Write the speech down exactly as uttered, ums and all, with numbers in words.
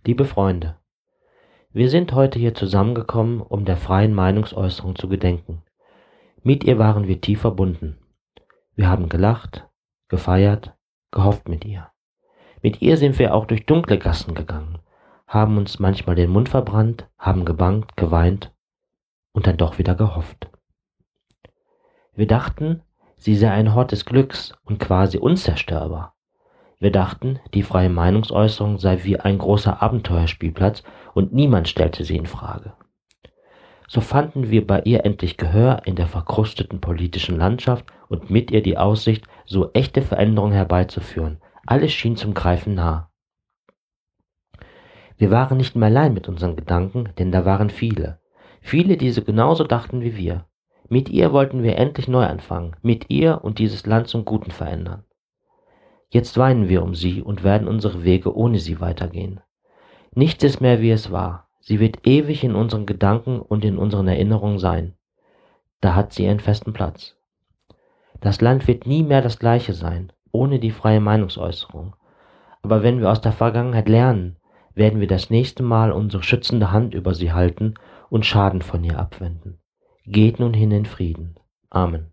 Liebe Freunde, wir sind heute hier zusammengekommen, um der freien Meinungsäußerung zu gedenken. Mit ihr waren wir tief verbunden. Wir haben gelacht, gefeiert, gehofft mit ihr. Mit ihr sind wir auch durch dunkle Gassen gegangen, haben uns manchmal den Mund verbrannt, haben gebangt, geweint und dann doch wieder gehofft. Wir dachten, sie sei ein Hort des Glücks und quasi unzerstörbar. Wir dachten, die freie Meinungsäußerung sei wie ein großer Abenteuerspielplatz und niemand stellte sie in Frage. So fanden wir bei ihr endlich Gehör in der verkrusteten politischen Landschaft und mit ihr die Aussicht, so echte Veränderungen herbeizuführen. Alles schien zum Greifen nah. Wir waren nicht mehr allein mit unseren Gedanken, denn da waren viele. Viele, die so genauso dachten wie wir. Mit ihr wollten wir endlich neu anfangen, mit ihr und dieses Land zum Guten verändern. Jetzt weinen wir um sie und werden unsere Wege ohne sie weitergehen. Nichts ist mehr, wie es war. Sie wird ewig in unseren Gedanken und in unseren Erinnerungen sein. Da hat sie einen festen Platz. Das Land wird nie mehr das gleiche sein, ohne die freie Meinungsäußerung. Aber wenn wir aus der Vergangenheit lernen, werden wir das nächste Mal unsere schützende Hand über sie halten und Schaden von ihr abwenden. Geht nun hin in Frieden. Amen.